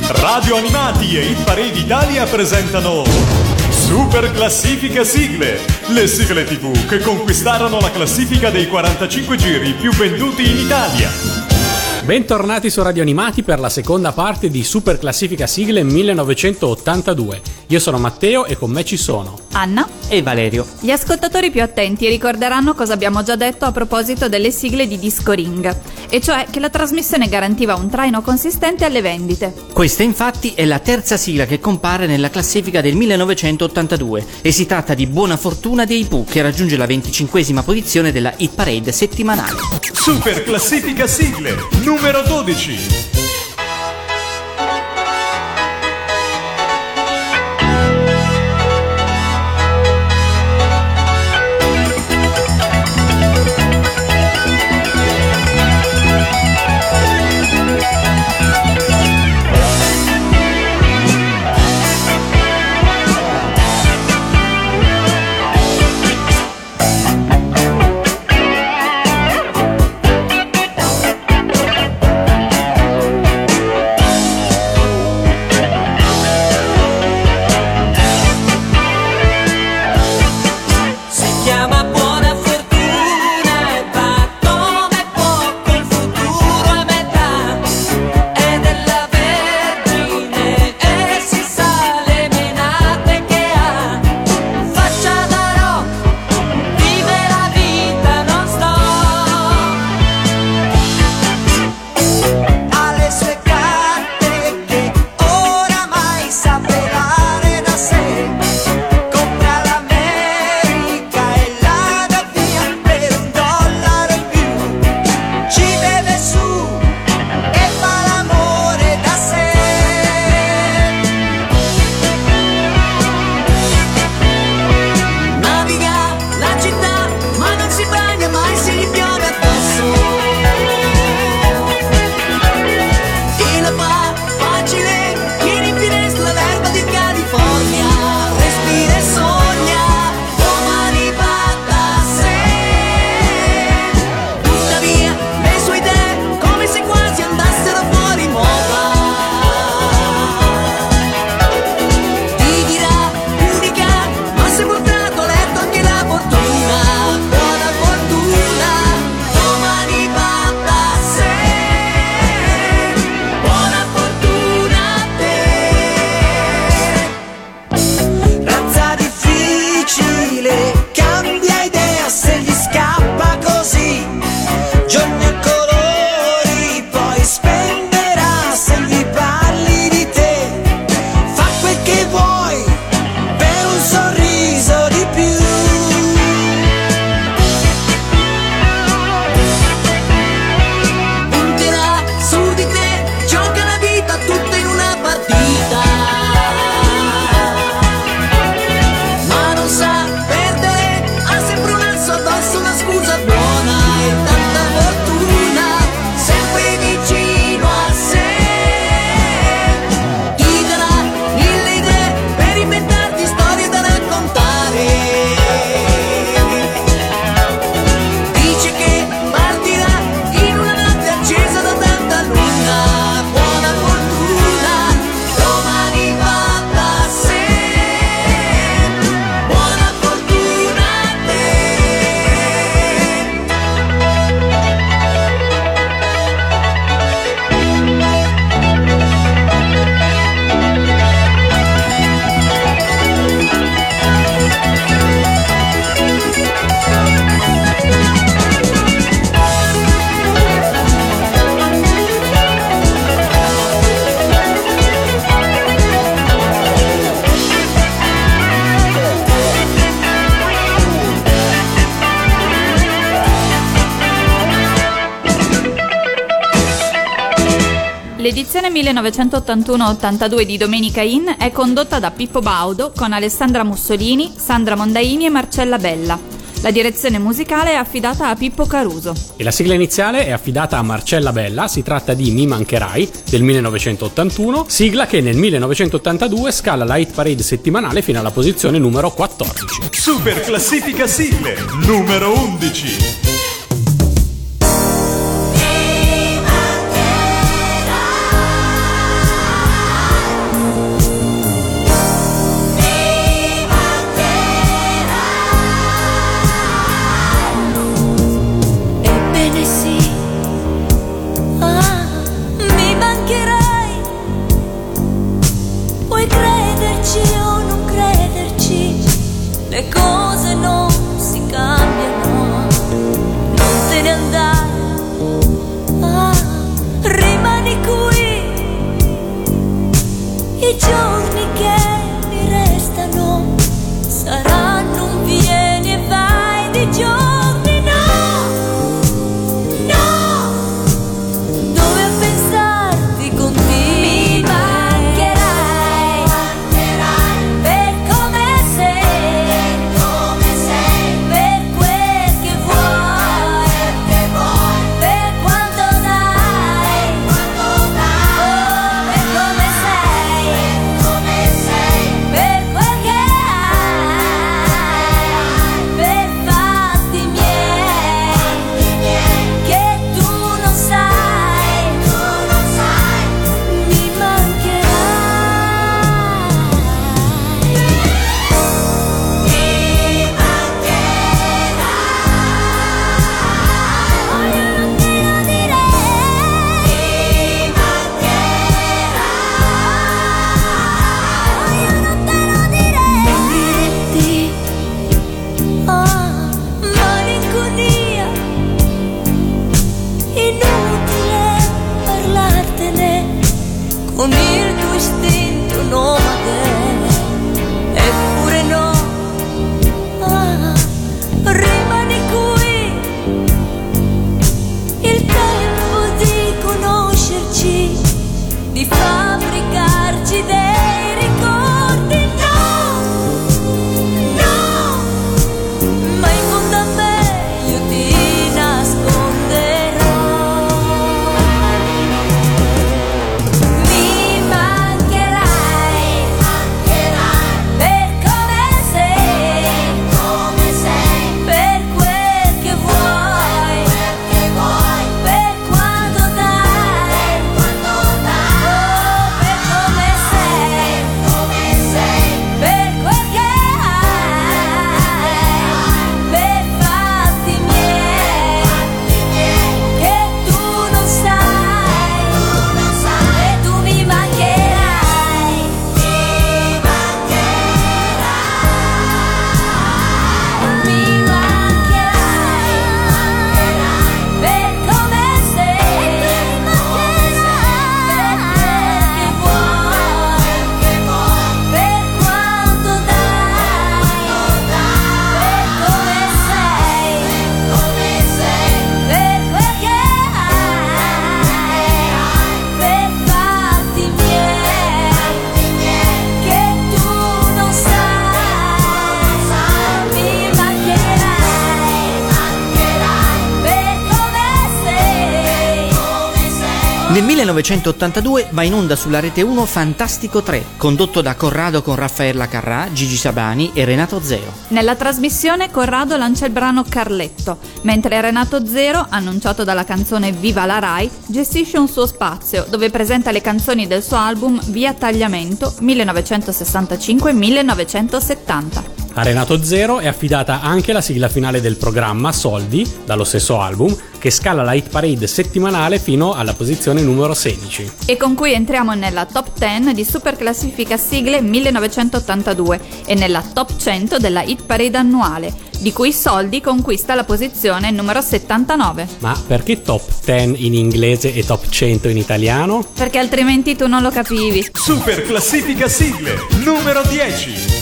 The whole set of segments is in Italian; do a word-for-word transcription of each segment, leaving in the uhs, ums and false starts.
Radio Animati e Hit Parade Italia presentano Super Classifica Sigle, le sigle tivù che conquistarono la classifica dei quarantacinque giri più venduti in Italia. Bentornati su Radio Animati per la seconda parte di Super Classifica Sigle millenovecentottantadue. Io sono Matteo e con me ci sono Anna e Valerio. Gli ascoltatori più attenti ricorderanno cosa abbiamo già detto a proposito delle sigle di Disco Ring, e cioè che la trasmissione garantiva un traino consistente alle vendite. Questa infatti è la terza sigla che compare nella classifica del millenovecentottantadue e si tratta di Buona Fortuna dei Pooh, che raggiunge la venticinquesima posizione della Hit Parade settimanale. Super Classifica Sigle numero dodici. L'edizione millenovecentottantuno ottantadue di Domenica In è condotta da Pippo Baudo con Alessandra Mussolini, Sandra Mondaini e Marcella Bella. La direzione musicale è affidata a Pippo Caruso. E la sigla iniziale è affidata a Marcella Bella, si tratta di Mi mancherai del millenovecentottantuno, sigla che nel millenovecentottantadue scala la Hit Parade settimanale fino alla posizione numero quattordici. Super Classifica Sigle numero undici. I giorni che mi restano saranno un vieni e vai di giorni, no, no, dove a pensarti con te mi mancherai, per come sei, per quel che vuoi, per quanto dai, oh, per come sei, per quel che hai, per fatti miei, che tu non sai, mi mancherai, mi mancherai, io non te lo direi, mi mancherai, io non te lo direi, dirti, ah, malinconia, inutile parlartene con il tuo istinto nomade, eppure no, ah, rimani qui, il tempo di conoscerci, di fabbricarci dei ricordi, no, no, ma in fondo a me io ti nasconderò, mi mancherai, per come sei, per quel che vuoi, per quanto dai, oh, per come sei, per quel che hai, per fatti miei, che tu non sai, e tu mi mancherai, mi mancherai, per come sei, per quel che vuoi, per quanto dai, per come sei, per quel che hai, per fatti miei, che tu non sai, mi mancherai, per come sei. Nel millenovecentottantadue va in onda sulla Rete uno Fantastico tre, condotto da Corrado con Raffaella Carrà, Gigi Sabani e Renato Zero. Nella trasmissione Corrado lancia il brano Carletto, mentre Renato Zero, annunciato dalla canzone Viva la Rai, gestisce un suo spazio dove presenta le canzoni del suo album Via Tagliamento millenovecentosessantacinque millenovecentosettanta. A Renato Zero è affidata anche la sigla finale del programma Soldi, dallo stesso album, che scala la hit parade settimanale fino alla posizione numero sedici. E con cui entriamo nella top dieci di Super Classifica Sigle millenovecentottantadue e nella top cento della hit parade annuale, di cui Soldi conquista la posizione numero settantanove. Ma perché top dieci in inglese e top cento in italiano? Perché altrimenti tu non lo capivi. Super Classifica Sigle numero dieci.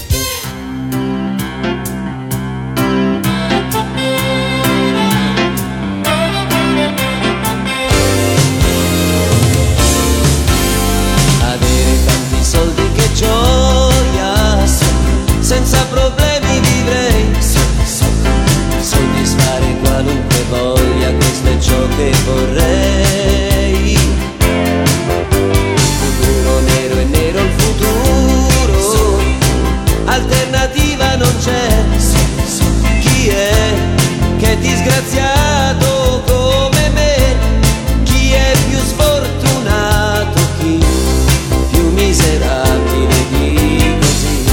Avere tanti soldi che gioia, senza problemi vivrei, soddisfare qualunque voglia, questo è ciò che vorrei. Futuro nero e nero il futuro, alternativa non c'è. Chi è che è disgraziato come me? Chi è più sfortunato? Chi più miserabile di così?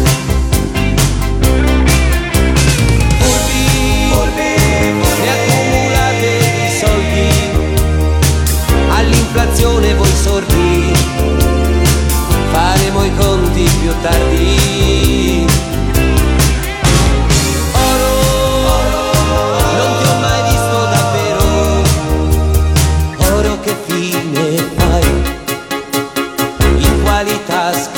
Furbi, furbi, ne accumulate di soldi, all'inflazione voi sordi, faremo i conti più tardi. Che fine hai? In quali tasche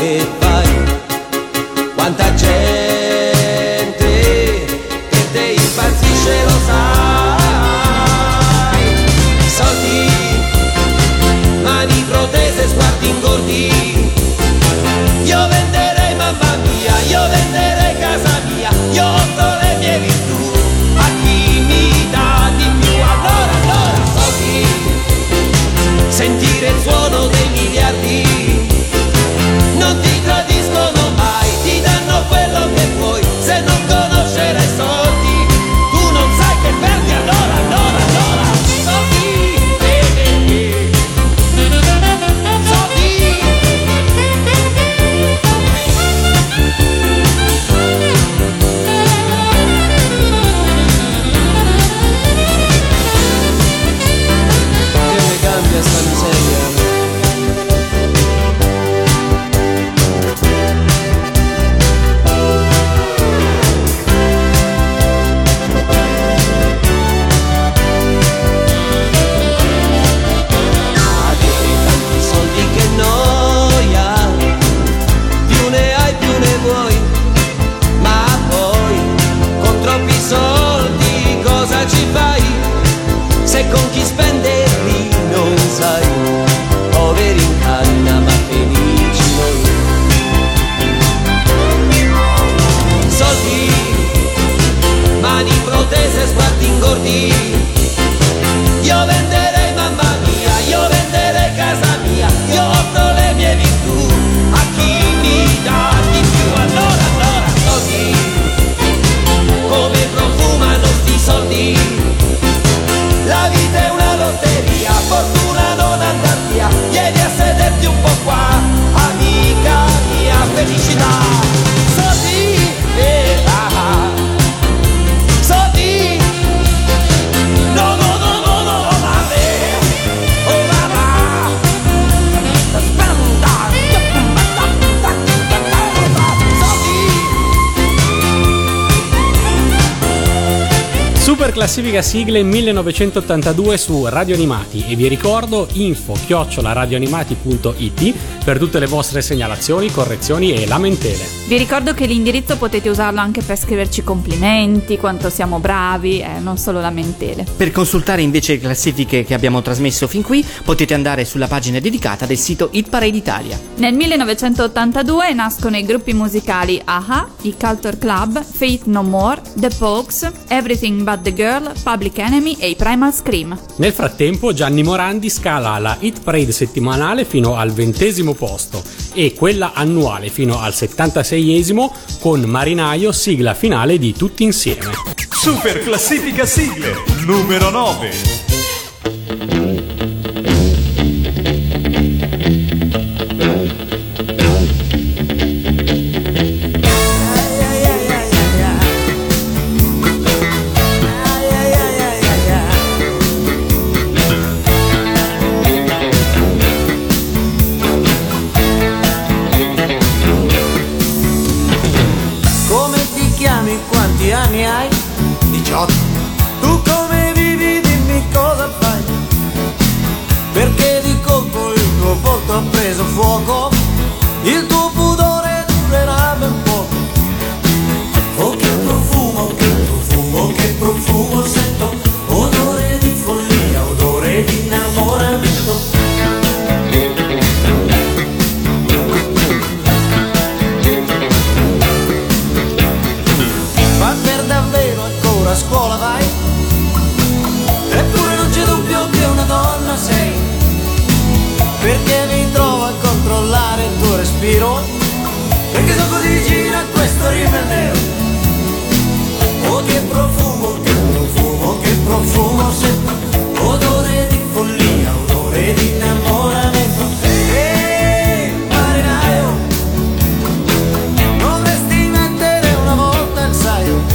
classifica sigle millenovecentottantadue su Radio Animati e vi ricordo info chiocciola radioanimati punto it per tutte le vostre segnalazioni, correzioni e lamentele. Vi ricordo che l'indirizzo potete usarlo anche per scriverci complimenti, quanto siamo bravi, eh, non solo lamentele. Per consultare invece le classifiche che abbiamo trasmesso fin qui potete andare sulla pagina dedicata del sito Hit Parade Italia. Nel millenovecentottantadue nascono i gruppi musicali A-ha, i Culture Club, Faith No More, The Pogues, Everything But The Girl, Public Enemy e i Primal Scream. Nel frattempo Gianni Morandi scala la Hit Parade settimanale fino al ventesimo posto e quella annuale fino al settantaseiesimo con Marinaio, sigla finale di Tutti Insieme. Super classifica sigle numero nove. Anni hai? diciotto. Tu come vivi? Dimmi cosa fai. Perché di colpo il tuo volto ha preso fuoco. Il tuo pudore durerà ben poco. Oh che profumo, che profumo, che profumo sento. Odore di follia, odore di innamoramento. A scuola vai, eppure non c'è dubbio che una donna sei, perché mi trovo a controllare il tuo respiro, perché sono così vicino a questo rimel nero. Oh che profumo, che profumo, che profumo sento, odore di follia, odore di innamoramento. Ehi, marinaio, dovresti mettere una volta il saio.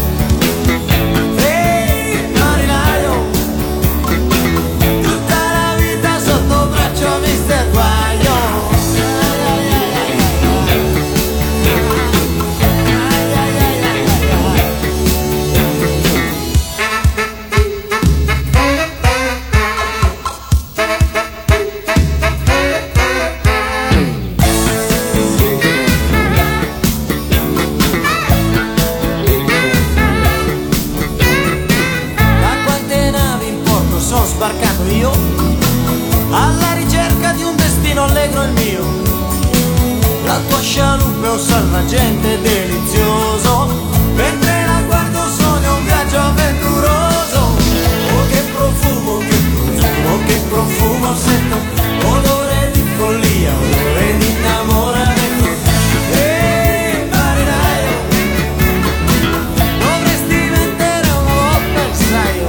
Sbarcato io alla ricerca di un destino allegro il mio. La tua scialuppa è un salvagente delizioso, mentre la guardo sogno un viaggio avventuroso. Oh che profumo, che profumo, che profumo sento, odore di follia, odore di innamoramento. Ehi marinaio, dovresti mettere una volta il saio.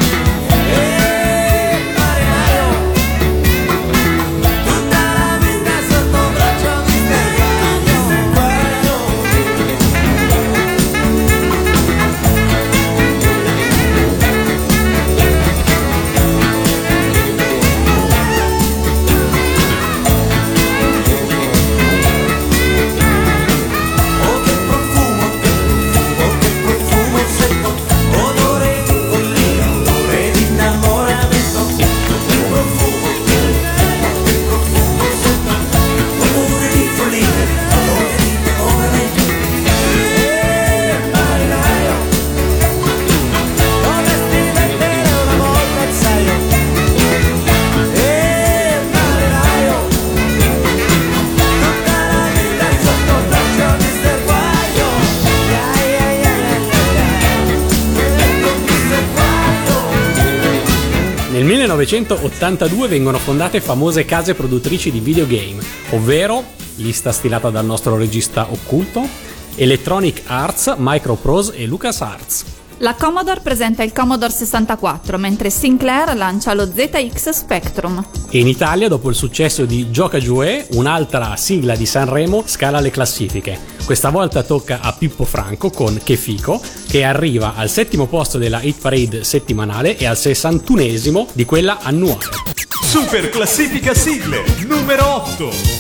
Nel millenovecentottantadue vengono fondate famose case produttrici di videogame, ovvero, lista stilata dal nostro regista occulto, Electronic Arts, Microprose e LucasArts. La Commodore presenta il Commodore sessantaquattro, mentre Sinclair lancia lo Z X Spectrum. E in Italia, dopo il successo di Gioca Giuè, un'altra sigla di Sanremo scala le classifiche. Questa volta tocca a Pippo Franco con Che Fico, che arriva al settimo posto della Hit Parade settimanale e al sessantunesimo di quella annuale. Super classifica sigle numero otto.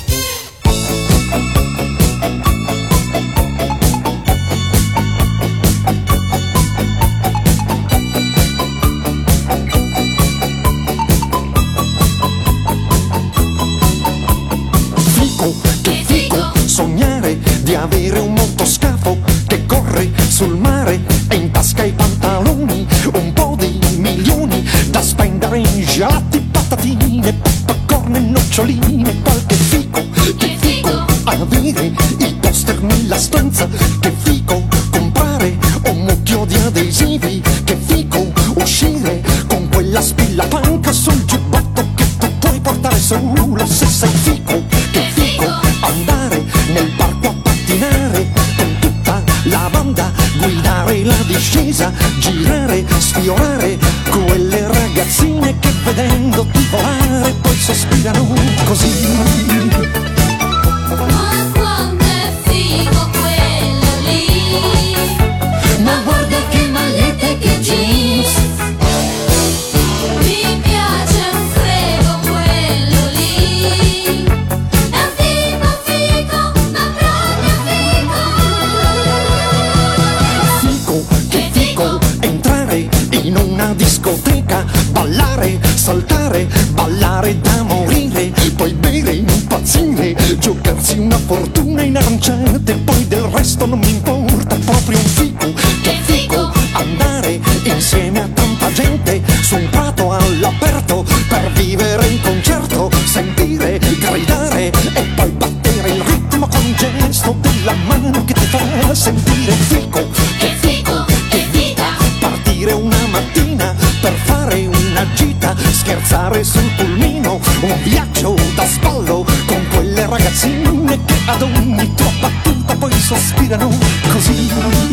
avere un motoscafo che corre sul mare e in tasca i pantaloni, un po' di milioni da spendere in gelati, patatine, popcorn e noccioline, qualche fico, che fico avere i poster nella stanza, che fico comprare un mucchio di adesivi, che fico uscire con quella spilla panca sul giubbotto che tu puoi portare solo se sei fico, che fico andare nel parco a pattinare con tutta la banda, guidare la discesa, girare, sfiorare quelle ragazzine che vedendoti volare poi sospirano così. Ma quanto è figo quello lì, Ma guarda che maglietta e che jeans, mi piace un frego quello lì, è un tipo figo, ma proprio figo. fico, che fico entrare in una discoteca, ballare, saltare, ballare da morire, poi bere, impazzire, giocarsi una fortuna in aranciate, poi del resto non mi importa, proprio un fico, che fico andare insieme a tanta gente su un prato all'aperto per vivere in concerto, sentire, gridare e poi battere il ritmo con il gesto della mano che ti fa sentire fico, che fico, che vita, partire una mattina per fare una gita, scherzare sul pulmino, un viaggio da spallo con quelle ragazzine che ad ogni tua battuta poi sospirano così.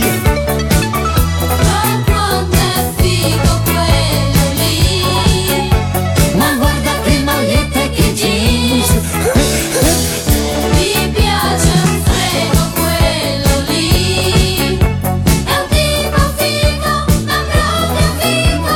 Ma quanto è figo quello lì, Ma guarda che maglietta e che jeans, mi piace un frego quello lì, è un tipo figo, ma proprio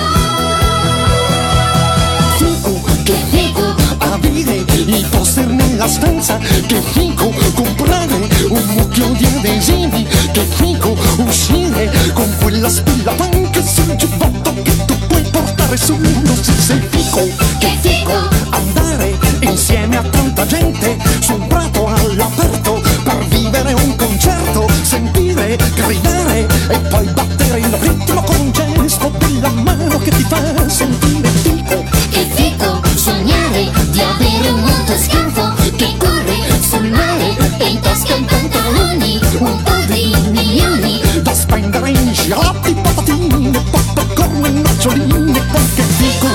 figo. fico, che fico avere i poster nella stanza, che figo comprare un mucchio di adesivi, che figo uscire con quella spilla panca sul giubbotto che tu puoi portare solo se sei fico, che figo andare insieme a tanta gente su un prato all'aperto per vivere un concerto, sentire, gridare e poi battere il ritmo con un gesto della mano che ti fa sentire fico, Che figo sognare di avere un motoscafo che corre sul mare e in tasca i pantaloni, un po' di milioni. da spendere in gelati, patatine, popcorn e noccioline, qualche fico,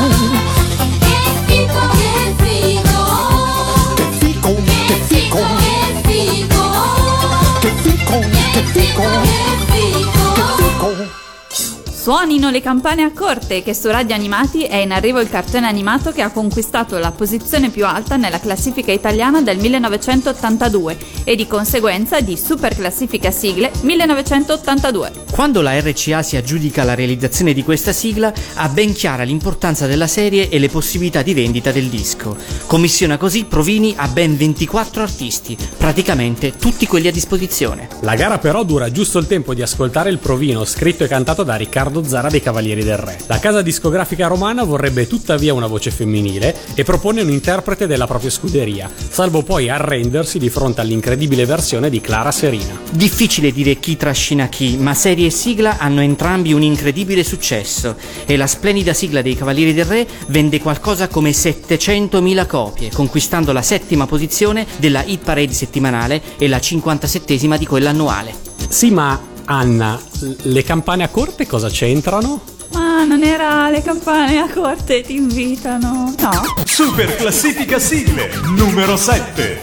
Che figo, che figo, che fico, che fico, che figo, che fico, che fico, che figo. che fico. Suonino le campane a corte, che su Radio Animati è in arrivo il cartone animato che ha conquistato la posizione più alta nella classifica italiana del millenovecentottantadue e di conseguenza di Super Classifica Sigle millenovecentottantadue. Quando la R C A si aggiudica la realizzazione di questa sigla, ha ben chiara l'importanza della serie e le possibilità di vendita del disco. Commissiona così provini a ben ventiquattro artisti, praticamente tutti quelli a disposizione. La gara però dura giusto il tempo di ascoltare il provino scritto e cantato da Riccardo Zara dei Cavalieri del Re. La casa discografica romana vorrebbe tuttavia una voce femminile e propone un interprete della propria scuderia, salvo poi arrendersi di fronte all'incredibile versione di Clara Serina. Difficile dire chi trascina chi, ma serie e sigla hanno entrambi un incredibile successo e la splendida sigla dei Cavalieri del Re vende qualcosa come settecentomila copie, conquistando la settima posizione della Hit Parade settimanale e la cinquantasettesima di quella annuale. Sì, ma Anna, le campane a corte cosa c'entrano? Ma non era le campane a corte ti invitano? No? Super classifica sigle numero sette.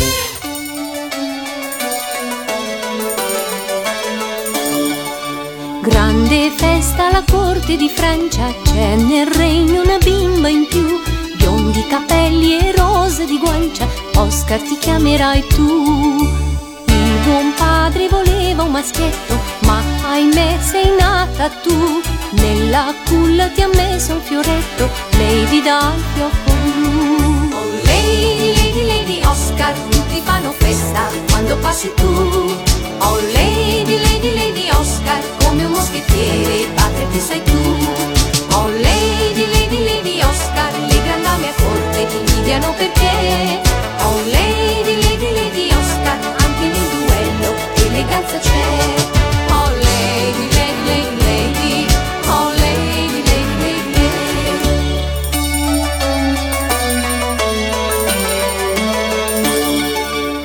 Grande festa alla corte di Francia, c'è nel regno una bimba in più, biondi capelli e rose di guancia, Oscar ti chiamerai tu. Il buon padre voleva un maschietto, ma ahimè sei nata tu, nella culla ti ha messo un fioretto, Lady dal fiocco blu. Oh Lady, Lady, Lady Oscar, tutti fanno festa quando passi tu. Oh Lady, Lady, Lady Oscar, come un moschettiere, batterti sei tu. Oh Lady, Lady, Lady Oscar, le grandi dame a corte ti invidiano perché. Oh Lady, Lady, Lady Oscar, anche nel duello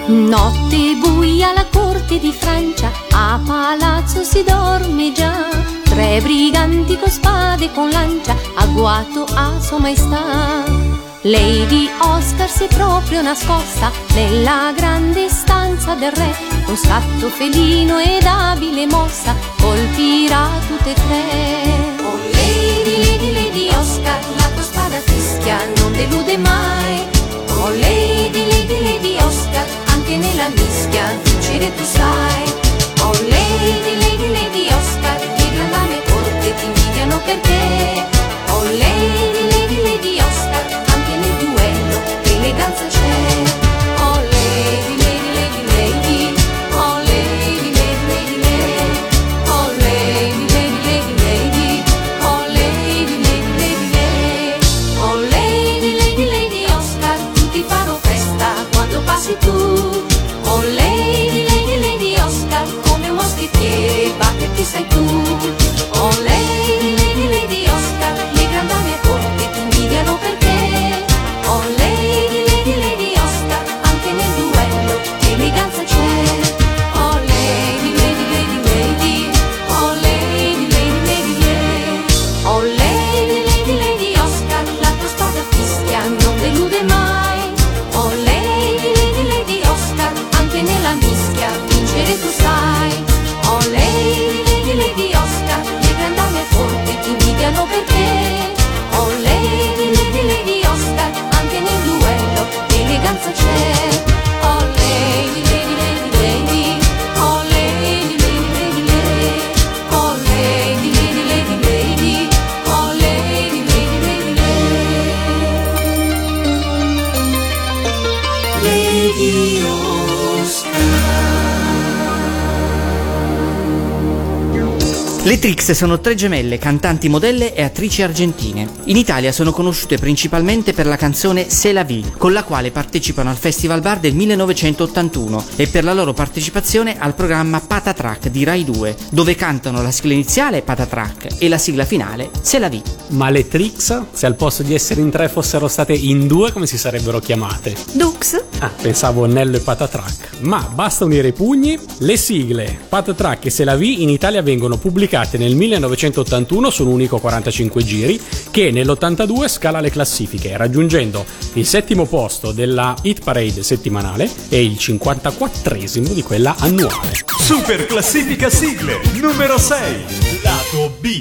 Notte buia alla corte di Francia, a palazzo si dorme già. Tre briganti con spade e con lancia, agguato a sua maestà. Lady Oscar si è proprio nascosta nella grande stanza del re. Con scatto felino ed abile mossa colpirà tutte e tre. Oh Lady, Lady, Lady Oscar, la tua spada fischia non delude mai. Oh Lady, Lady, Lady Oscar, anche nella mischia vincere tu sai. Oh Lady, Lady, Lady Oscar, le gran dame corte ti invidiano per te. Oh Lady, Lady, Lady Oscar, anche nel duello eleganza c'è. Oh Lady, Lady, Lady, Lady. Oh Lady, Lady, Lady, Lady. Oh Lady, Lady, Lady, Lady. Oh Lady, Lady, Lady, Lady. Oh Lady, Lady, Lady Oscar, ti farò festa quando passi tu. Oh Lady, Lady, Lady Oscar, come un moschettiere batterti sei tu. Oh Lady, Lady, Lady Oscar, le gran dame a corte ti invidiano per te. Oh Lady, Lady, Lady Oscar, anche nel duello eleganza c'è. Oh Lady, Lady, Lady, Lady. Oh Lady, Lady, Lady, Lady. Oh Lady, Lady, Lady Oscar, la tua spada fischia non delude mai. Oh Lady, Lady, Lady Oscar, anche nella mischia vincere tu sai. Oh Lady, Lady, Lady Oscar, le gran dame forti ti invidiano per te. Oh Lady, Lady, Lady Oscar, anche nel duello eleganza c'è. Oh Lady, Lady, Lady, Lady. Oh Lady, Lady, Lady, Lady. Oh Lady, Lady, Lady, Lady. Oh Lady, Lady, Lady, Lady. Lady Oscar. Le Trix sono tre gemelle, cantanti, modelle e attrici argentine. In Italia sono conosciute principalmente per la canzone C'est la vie, con la quale partecipano al Festival Bar del millenovecentottantuno, e per la loro partecipazione al programma Patatrack di Rai due, dove cantano la sigla iniziale Patatrack e la sigla finale C'est la vie. Ma le Trix, se al posto di essere in tre fossero state in due, come si sarebbero chiamate? Dux. Ah, pensavo Nello e Patatrack. Ma basta unire i pugni. Le sigle Patatrack e C'est la vie in Italia vengono pubblicate nel millenovecentottantuno su un unico quarantacinque giri, che nell'ottantadue scala le classifiche, raggiungendo il settimo posto della Hit Parade settimanale e il cinquantaquattresimo di quella annuale. Super classifica sigle numero sei, lato B.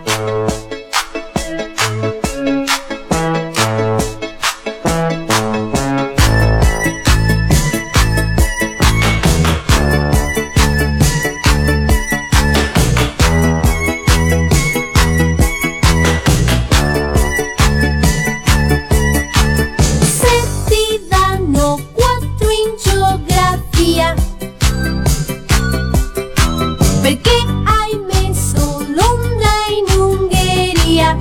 Perché hai messo Londra in Ungheria?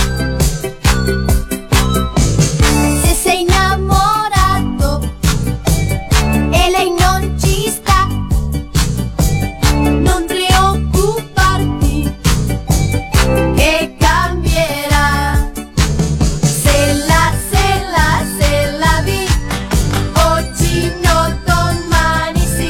Se sei innamorato e lei non ci sta, non preoccuparti che cambierà. Se la, se la, se la vi, oggi no, domani sì.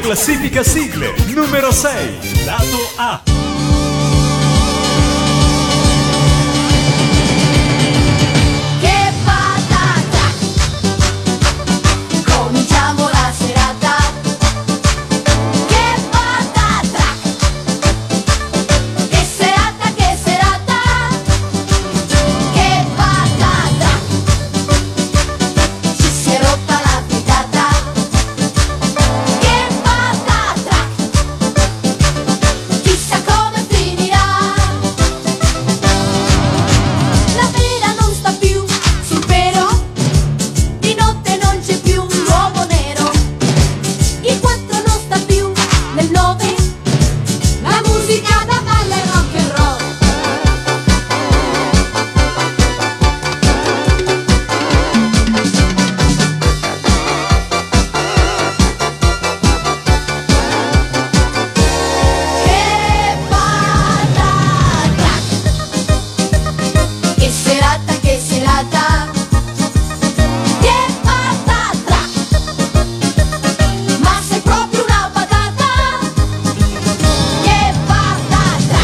classifica sigle, numero sei, lato A. Che patata, cominciamo la serata. Che patata, che serata, che serata. Che patata, ci si è rotta la fritata. Che patata, chissà come finirà. La vela non sta più sul pero, di notte non c'è più l'uomo nero, il quattro non sta più nel nove, la musica da balla è rock and roll. Che patata, che serata, che serata. Che patata, ma sei proprio una patata. Che patata,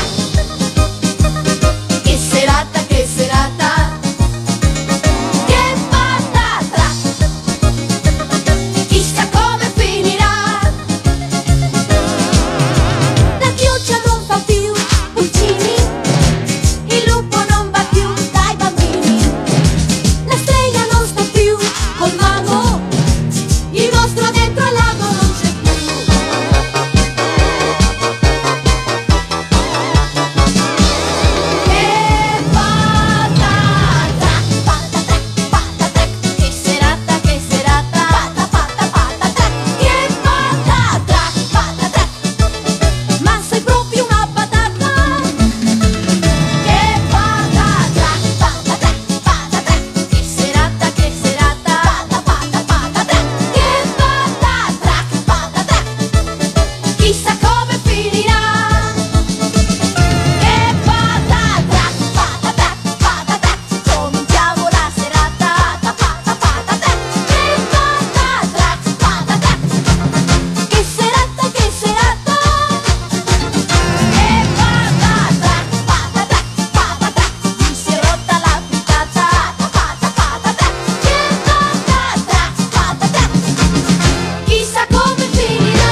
che serata, che serata. Che patata, chissà come finirà. La chioccia non fa più pulcini, il lupo non va più dai bambini, la strega non sta più col mago, il mostro dentro al lago non c'è più. Che patata, patata, patata, che serata, che serata. Patata, patata, che patata, patata, ma sei proprio una patata. Che patata, patata, patata, che serata, che serata. Patata, patata, che patata, patata, chissà come finirà. Che patata, patata, patata, cominciamo la serata. Patata, patata, che patata, patata, che serata, che serata. Che patata, patata, patata, mi si è rotta la fritata. Patata, patata, che patata, patata, chissà come finirà.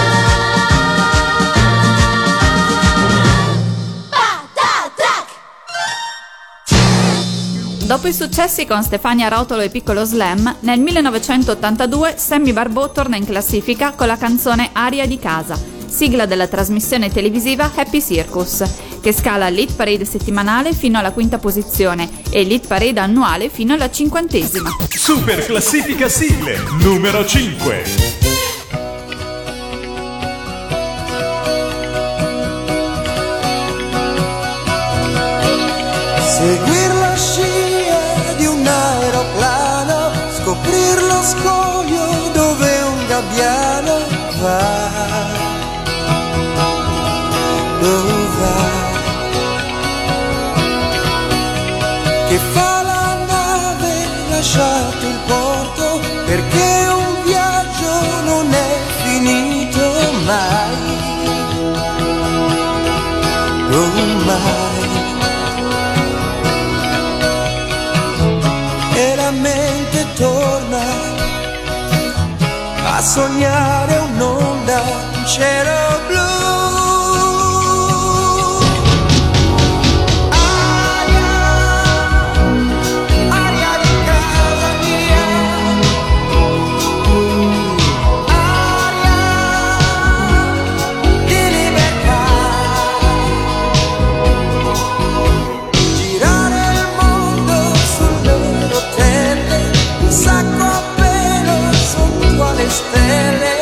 Patata. Dopo i successi con Stefania Rotolo e Piccolo Slam, nel millenovecentottantadue Sammy Barbot torna in classifica con la canzone Aria di casa, sigla della trasmissione televisiva Happy Circus, che scala l'hit parade settimanale fino alla quinta posizione e l'hit parade annuale fino alla cinquantesima. Super classifica sigle, numero cinque. Seguir la scia di un aeroplano, scoprir lo scoglio dove un gabbiano va. Dove va? Che fa la nave lasciato il porto, perché un viaggio non è finito mai. Non mai. E la mente torna a sognare un'onda, un cielo blu. Aria, aria di casa mia. Aria di libertà. Girare il mondo sulle rotelle, un sacco a pelo sotto alle stelle.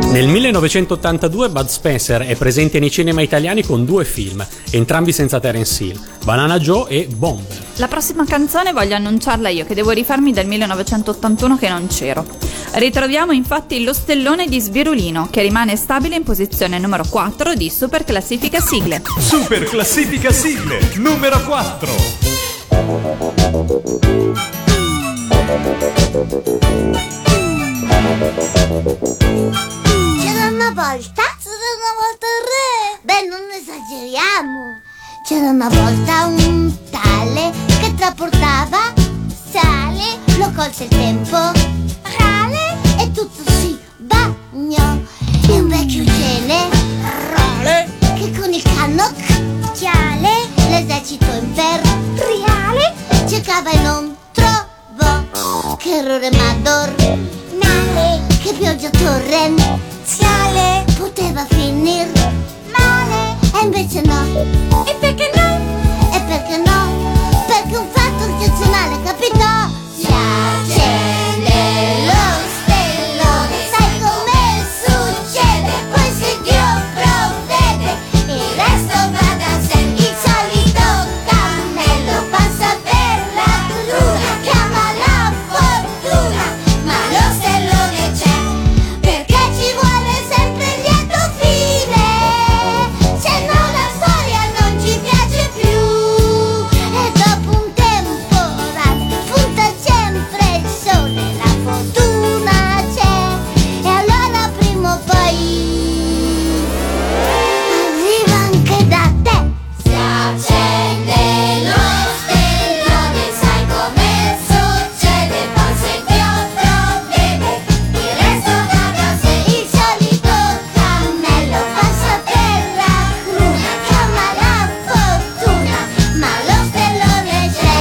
Nel millenovecentottantadue Bud Spencer è presente nei cinema italiani con due film, entrambi senza Terence Hill, Banana Joe e Bomber. La prossima canzone voglio annunciarla io, che devo rifarmi del millenovecentottantuno che non c'ero. Ritroviamo infatti lo stellone di Sbirulino, che rimane stabile in posizione numero quattro di Super Classifica Sigle. Super Classifica Sigle, numero quattro. C'era una volta, c'era una volta il re. Beh, non esageriamo. C'era una volta un tale che trasportava sale, lo colse il tempo reale e tutto si bagnò. E un vecchio generale che con il cannocchiale l'esercito imperiale cercava e non trovò. Che errore madornale, che pioggia torrenziale, poteva finir male, e invece no. E perché no? E perché no? Perché un fatto eccezionale capitò. Si accende lo stellone, sai come succede? Poi se Dio provvede, il resto va da sé. Il solito cammello passa per la luna, chiama la fortuna, ma lo stellone c'è, perché ci vuole sempre il lieto fine, se no la storia non ci piace più. E dopo un temporale spunta sempre il sole, la fortuna c'è, e allora prima o poi arriva anche da te. Si accende lo stellone, sai come succede? Poi se Dio provvede, il resto va da sé. Il solito cammello passa per la cruna, chiama la fortuna, ma lo stellone c'è.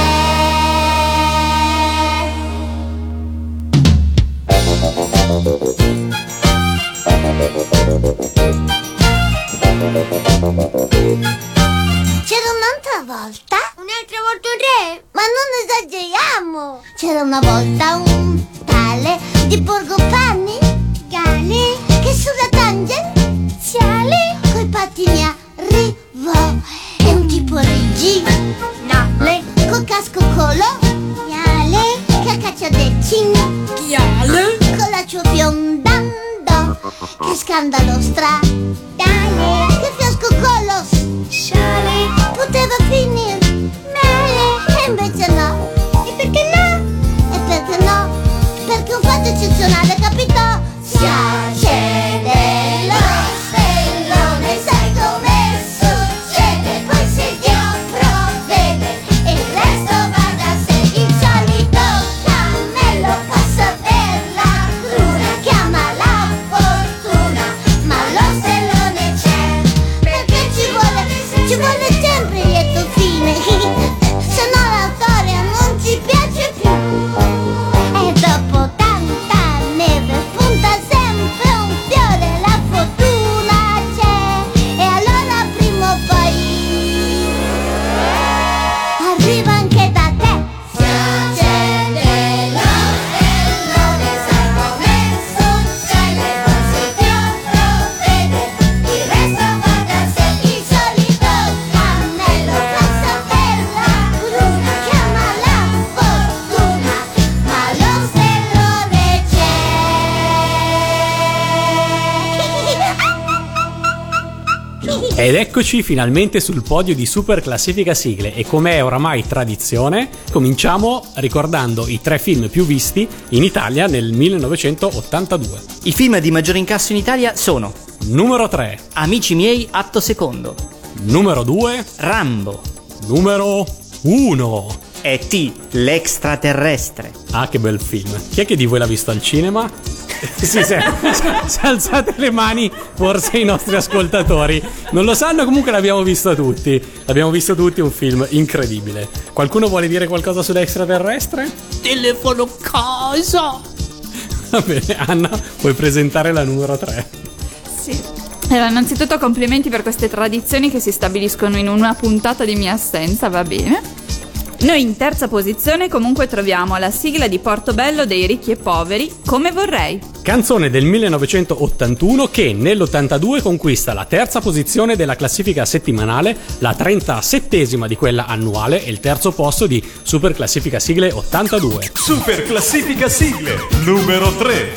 C'era un'altra volta? Un'altra volta un re? Ma non esageriamo! C'era una volta un tale di Borgopani Gale che sulla tangenziale coi pattini arrivò. E un tipo originale col casco coloniale che a caccia del cinghiale con la sua fiondando. Che scandalo stradale, che fiasco con lo sciale, poteva finire male, e invece no. E perché no? E perché no? Perché un fatto eccezionale capitò. Si accende lo stellone, sai come succede? Poi se Dio provvede, il resto va da sé. Il solito cammello passa per la cruna, chiama la fortuna, ma lo stellone c'è, perché ci vuole, ci vuole sempre il lieto fine, se no la storia non ci piace più. E dopo tanta neve spunta sempre un fiore, la fortuna c'è, e allora prima o poi arriva anche da te. Si accende lo stellone, sai come succede? Poi se Dio provvede, il resto va da sé. Il solito cammello passa per la cruna, chiama la fortuna, ma lo stellone c'è. Ed eccoci finalmente sul podio di Super Classifica Sigle, e come è oramai tradizione cominciamo ricordando i tre film più visti in Italia nel millenovecentottantadue. I film di maggior incasso in Italia sono Numero tre, Amici miei, atto secondo, numero due, Rambo, numero uno. E T, l'extraterrestre. Ah, che bel film. Chi è che di voi l'ha visto al cinema? Sì, se, se alzate le mani, forse i nostri ascoltatori non lo sanno, comunque l'abbiamo visto tutti. L'abbiamo visto tutti, un film incredibile. Qualcuno vuole dire qualcosa sull'extraterrestre? Telefono casa. Va bene, Anna, puoi presentare la numero tre. Sì. Allora, innanzitutto complimenti per queste tradizioni che si stabiliscono in una puntata di mia assenza, va bene. Noi in terza posizione comunque troviamo la sigla di Portobello dei Ricchi e Poveri, Come vorrei. Canzone del millenovecentottantuno che nell'ottantadue conquista la terza posizione della classifica settimanale, la trentasettesima di quella annuale e il terzo posto di Super Classifica Sigle ottantadue. Super Classifica Sigle numero tre.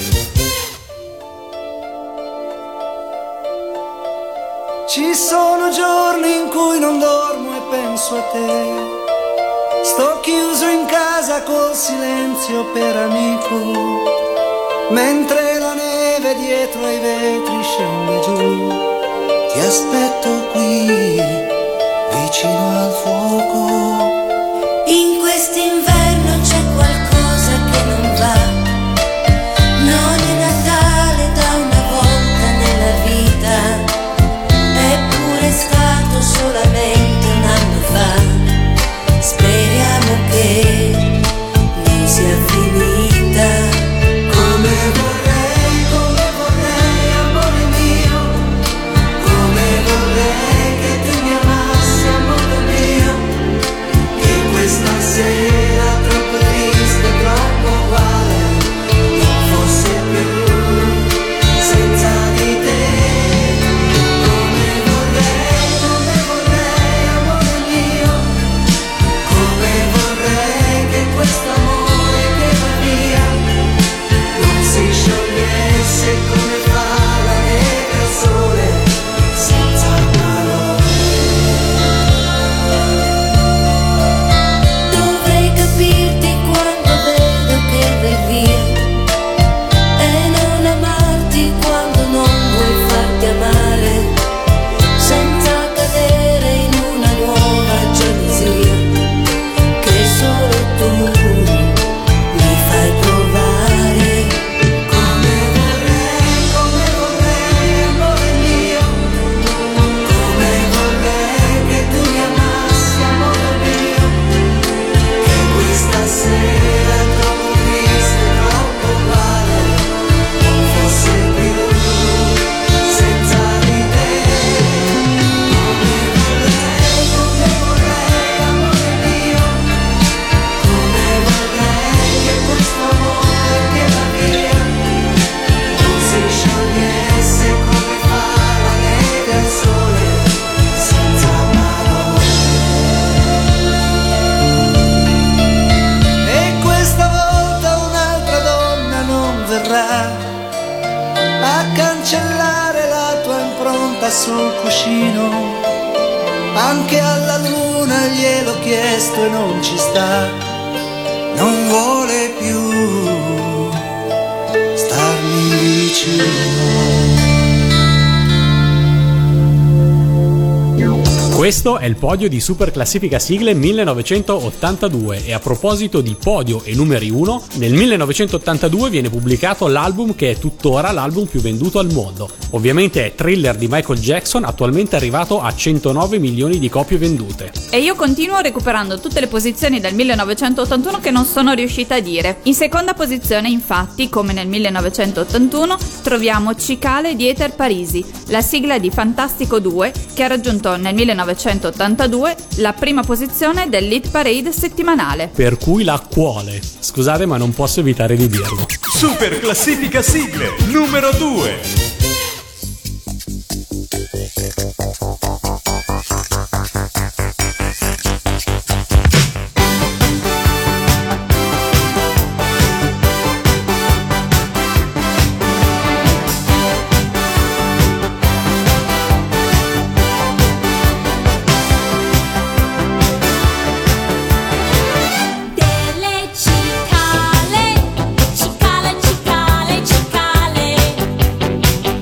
Ci sono giorni in cui non dormo e penso a te. Sto chiuso in casa col silenzio per amico, mentre la neve dietro ai vetri scende giù. Ti aspetto qui, vicino al fuoco. In quest'inverno c'è qualcosa che non va. Non è Natale da una volta nella vita, eppure è stato solamente un anno fa. Speriamo che ne sia finita. Come vorrei, come vorrei, amore mio, come vorrei che tu mi amassi, amore mio, che questa sera troppo triste, troppo uguale, non fosse più senza di te. Come vorrei, come vorrei, amore mio, come vorrei che questo amore che va via non si sciogliesse come fa la neve al sole, senza parole. Dovrei capirti quando vedo che vai via e non amarti quando non vuoi farti amare, senza cadere in una nuova gelosia che solo tu mi fai provare. Come vorrei, come vorrei, amore mio, come vorrei che tu mi amassi, amore mio, che questa sera troppo triste, troppo uguale, non fosse più senza di te. Come vorrei, come vorrei, amore mio, come vorrei che questo amore che va via non si sciogliesse come fa la neve al sole, senza parole. E questa volta un'altra donna non verrà a cancellare la tua impronta sul cuscino. Anche alla luna gliel'ho chiesto e non ci sta, non vuole più starmi vicino. Questo è il podio di Super Classifica Sigle millenovecentottantadue e a proposito di podio e numeri uno, nel millenovecentottantadue viene pubblicato l'album che è tuttora l'album più venduto al mondo. Ovviamente è Thriller di Michael Jackson, attualmente arrivato a centonove milioni di copie vendute. E io continuo recuperando tutte le posizioni del millenovecentottantuno che non sono riuscita a dire. In seconda posizione, infatti, come nel millenovecentottantuno, troviamo Cicale di Ether Parisi, la sigla di Fantastico due che ha raggiunto nel millenovecentottantadue la prima posizione dell'Hit Parade settimanale. Per cui la quale? Scusate, ma non posso evitare di dirlo. Super Classifica Sigle numero due. Delle cicale, cicale, cicale, cicale.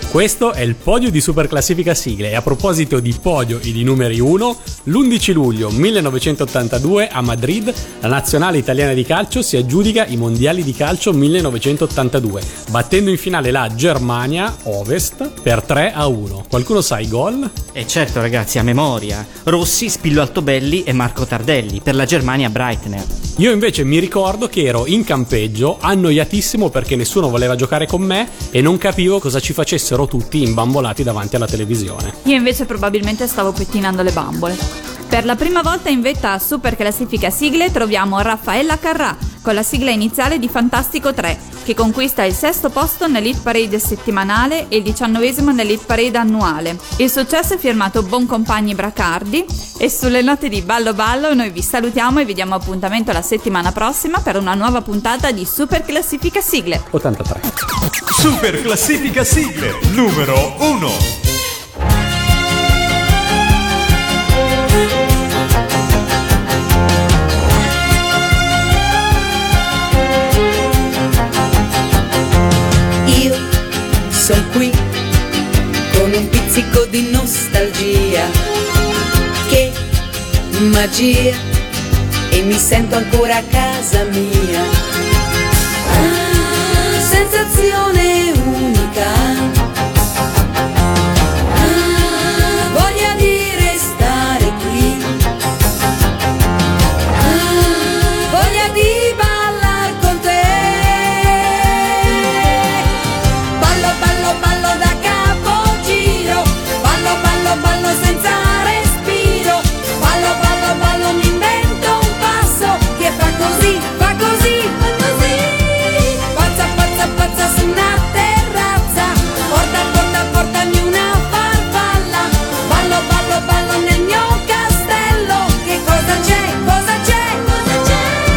Questo è il podio di Super Classifica Sigle e a proposito di podio e di numeri uno, l'undici luglio millenovecentottantadue a Madrid la nazionale italiana di calcio si aggiudica i mondiali di calcio millenovecentottantadue, battendo in finale la Germania Ovest per tre a uno. Qualcuno sa i gol? Eh certo ragazzi, a memoria. Rossi, Spillo Altobelli e Marco Tardelli, per la Germania Breitner. Io invece mi ricordo che ero in campeggio, annoiatissimo perché nessuno voleva giocare con me e non capivo cosa ci facessero tutti imbambolati davanti alla televisione. Io invece probabilmente stavo pettinando le bambole. Per la prima volta in vetta a Super Classifica Sigle troviamo Raffaella Carrà con la sigla iniziale di Fantastico tre, che conquista il sesto posto nell'Hit Parade settimanale e il diciannovesimo nell'Hit Parade annuale. Il successo è firmato Boncompagni Bracardi e sulle note di Ballo Ballo noi vi salutiamo e vi diamo appuntamento la settimana prossima per una nuova puntata di Super Classifica Sigle ottantatré. Super Classifica Sigle numero uno. Sono qui con un pizzico di nostalgia, che magia, e mi sento ancora a casa mia. Ah, sensazione unica, ah, voglia di restare qui, ah, voglia di ballar con te. Ballo, ballo, ballo da capogiro, ballo, ballo, ballo senza respiro, ballo, ballo, ballo mi invento un passo che fa così, fa così, fa così. Pazza, pazza, pazza su una terrazza, porta, porta, portami una farfalla, ballo, ballo, ballo nel mio castello, che cosa c'è, cosa c'è, cosa c'è?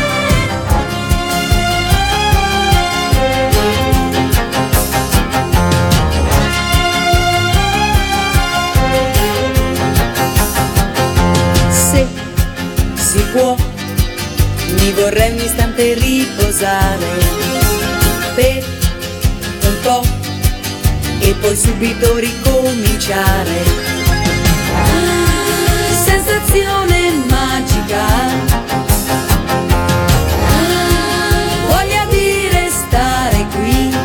Se si può, mi vorrei un istante riposare per un po' e poi subito ricominciare. Ah, sensazione magica, ah, voglia di restare qui,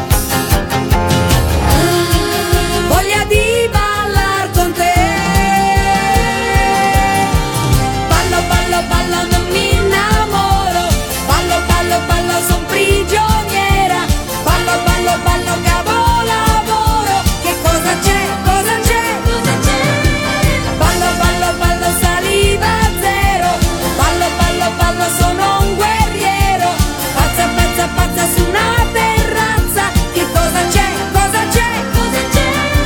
ah, voglia di ballar con te. Ballo, ballo, ballo, non mi innamoro, ballo, ballo, ballo, son prigioniera, ballo, ballo, ballo, capolavoro, che cosa c'è, cosa c'è, cosa c'è? Ballo, ballo, ballo, saliva zero, ballo, ballo, ballo, sono un guerriero, pazza, pazza, pazza su una terrazza, che cosa c'è, cosa c'è, cosa c'è?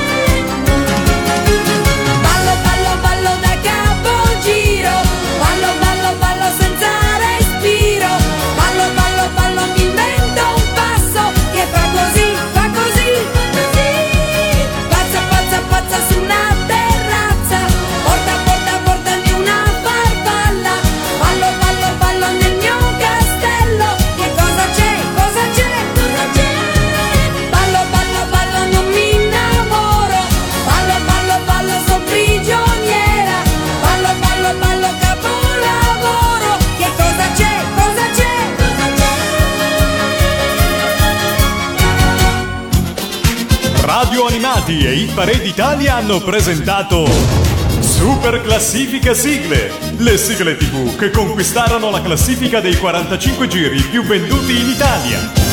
Ballo, ballo, ballo da capogiro, ballo, ballo, ballo senza respiro, ballo, ballo, ballo mi invento un passo che fa così, fa così, fa così. Pazza, pazza, pazza su una terrazza, porta, porta, portami una farfalla, ballo, ballo, ballo nel mio castello, che cosa c'è, cosa c'è, cosa c'è? Ballo, ballo, ballo, non mi innamoro, ballo, ballo, ballo, son prigioniera, ballo, ballo, ballo, capolavoro, che cosa c'è, cosa c'è, cosa c'è? Radio Animati e Hit Parade Italia hanno presentato Super Classifica Sigle, le sigle tivù che conquistarono la classifica dei quarantacinque giri più venduti in Italia.